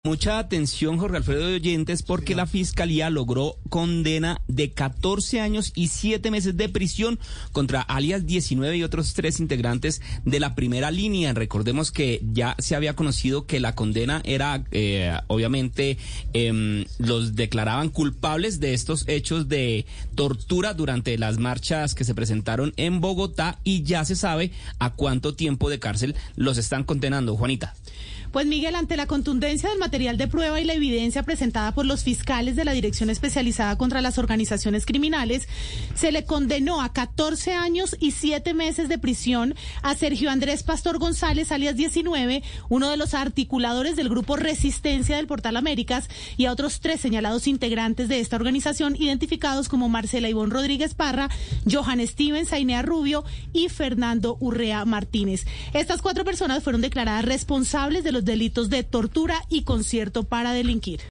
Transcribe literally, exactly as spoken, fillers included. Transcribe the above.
Mucha atención, Jorge Alfredo de oyentes, porque la Fiscalía logró condena de catorce años y siete meses de prisión contra alias diecinueve y otros tres integrantes de la primera línea. Recordemos que ya se había conocido que la condena era, eh, obviamente, eh, los declaraban culpables de estos hechos de tortura durante las marchas que se presentaron en Bogotá, y ya se sabe a cuánto tiempo de cárcel los están condenando. Juanita. Pues Miguel, ante la contundencia del material de prueba y la evidencia presentada por los fiscales de la Dirección Especializada contra las Organizaciones Criminales, se le condenó a catorce años y siete meses de prisión a Sergio Andrés Pastor González, alias diecinueve, uno de los articuladores del grupo Resistencia del Portal Américas, y a otros tres señalados integrantes de esta organización, identificados como Marcela Ivonne Rodríguez Parra, Johan Stevens Ainea Rubio y Fernando Urrea Martínez. Estas cuatro personas fueron declaradas responsables de los delitos de tortura y concierto para delinquir.